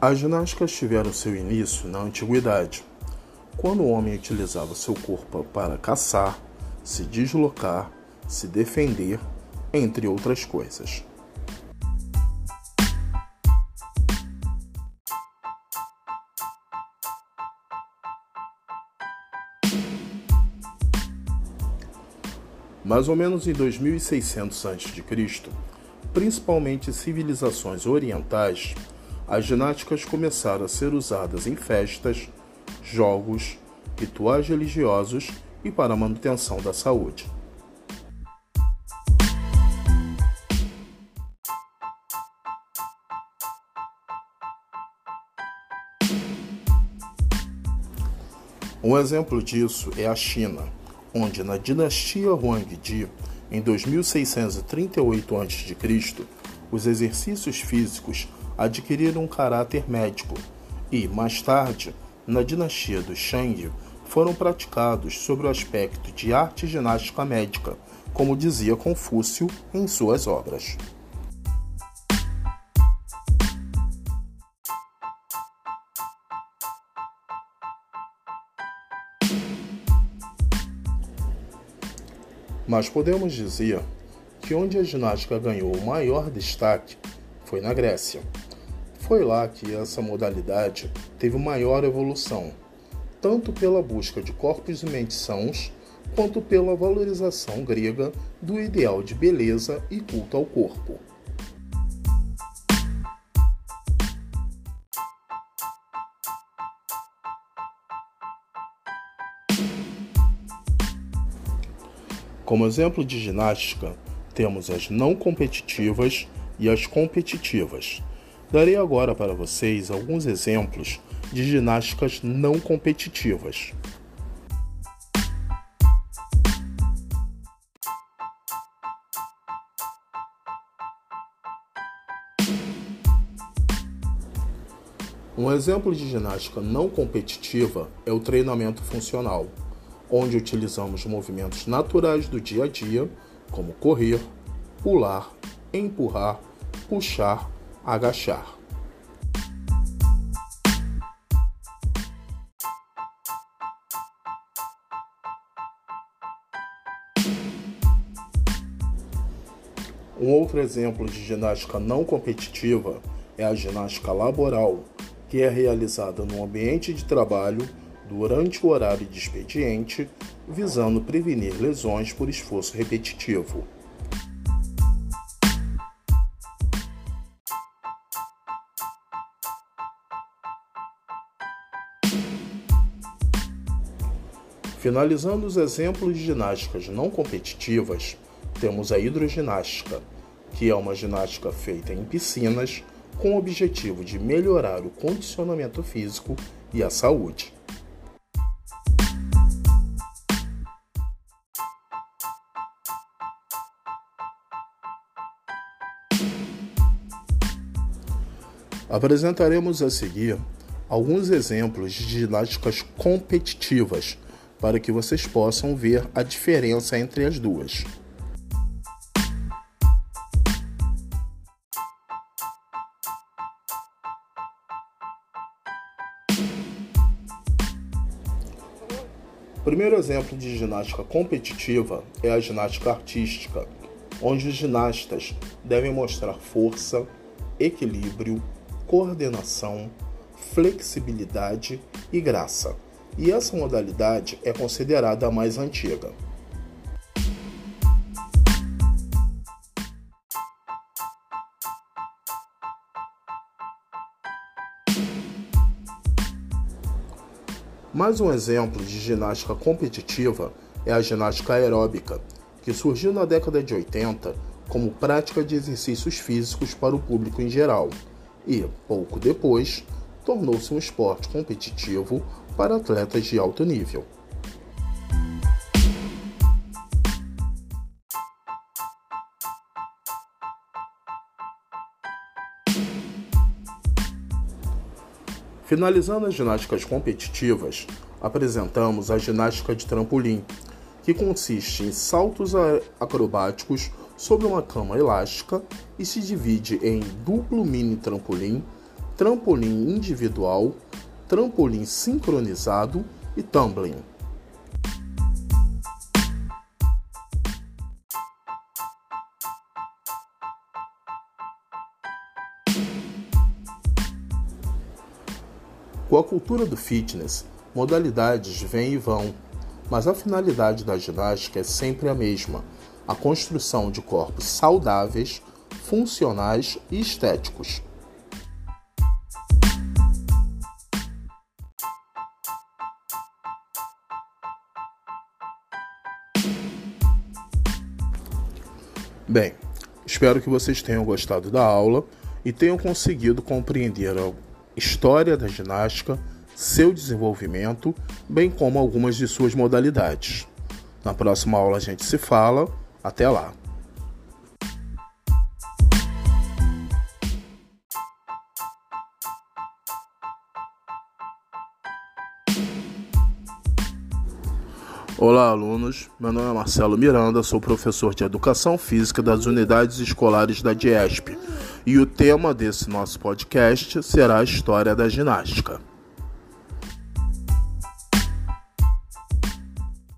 As ginásticas tiveram seu início na antiguidade, quando o homem utilizava seu corpo para caçar, se deslocar, se defender, entre outras coisas. Mais ou menos em 2600 a.C., principalmente em civilizações orientais, as ginásticas começaram a ser usadas em festas, jogos, rituais religiosos e para a manutenção da saúde. Um exemplo disso é a China, onde na dinastia Huangdi, em 2638 a.C., os exercícios físicos adquiriram um caráter médico e, mais tarde, na dinastia dos Shang, foram praticados sob o aspecto de arte ginástica médica, como dizia Confúcio em suas obras. Mas podemos dizer que onde a ginástica ganhou o maior destaque foi na Grécia. Foi lá que essa modalidade teve maior evolução, tanto pela busca de corpos e mentes sãos, quanto pela valorização grega do ideal de beleza e culto ao corpo. Como exemplo de ginástica, temos as não competitivas e as competitivas. Darei agora para vocês alguns exemplos de ginásticas não competitivas. Um exemplo de ginástica não competitiva é o treinamento funcional, onde utilizamos movimentos naturais do dia a dia, como correr, pular, empurrar, puxar, agachar. Um outro exemplo de ginástica não competitiva é a ginástica laboral, que é realizada no ambiente de trabalho durante o horário de expediente, visando prevenir lesões por esforço repetitivo. Finalizando os exemplos de ginásticas não competitivas, temos a hidroginástica, que é uma ginástica feita em piscinas com o objetivo de melhorar o condicionamento físico e a saúde. Apresentaremos a seguir alguns exemplos de ginásticas competitivas para que vocês possam ver a diferença entre as duas. O primeiro exemplo de ginástica competitiva é a ginástica artística, onde os ginastas devem mostrar força, equilíbrio, coordenação, flexibilidade e graça. E essa modalidade é considerada a mais antiga. Mais um exemplo de ginástica competitiva é a ginástica aeróbica, que surgiu na década de 80 como prática de exercícios físicos para o público em geral e, pouco depois, tornou-se um esporte competitivo para atletas de alto nível. Finalizando as ginásticas competitivas, apresentamos a ginástica de trampolim, que consiste em saltos acrobáticos sobre uma cama elástica e se divide em duplo mini trampolim, trampolim individual, trampolim sincronizado e tumbling. Com a cultura do fitness, modalidades vêm e vão, mas a finalidade da ginástica é sempre a mesma: a construção de corpos saudáveis, funcionais e estéticos. Bem, espero que vocês tenham gostado da aula e tenham conseguido compreender a história da ginástica, seu desenvolvimento, bem como algumas de suas modalidades. Na próxima aula a gente se fala. Até lá! Olá, alunos. Meu nome é Marcelo Miranda, sou professor de Educação Física das unidades escolares da DIESP. E o tema desse nosso podcast será a história da ginástica.